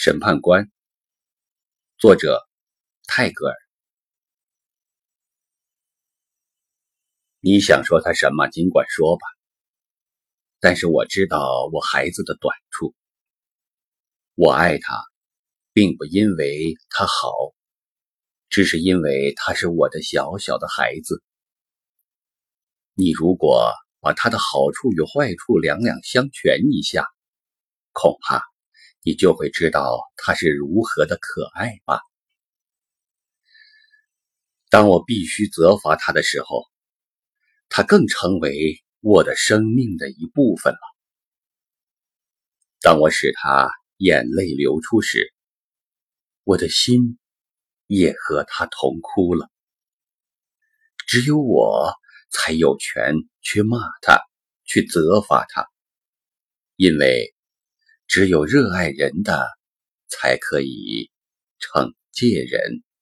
审判官，作者泰戈尔。你想说他什么尽管说吧，但是我知道我孩子的短处。我爱他，并不因为他好，只是因为他是我的小小的孩子。你如果把他的好处与坏处两两相权一下，恐怕你就会知道他是如何的可爱吧。当我必须责罚他的时候，他更成为我的生命的一部分了。当我使他眼泪流出时，我的心也和他同哭了。只有我才有权去骂他，去责罚他，因为只有热爱人的才可以惩戒人。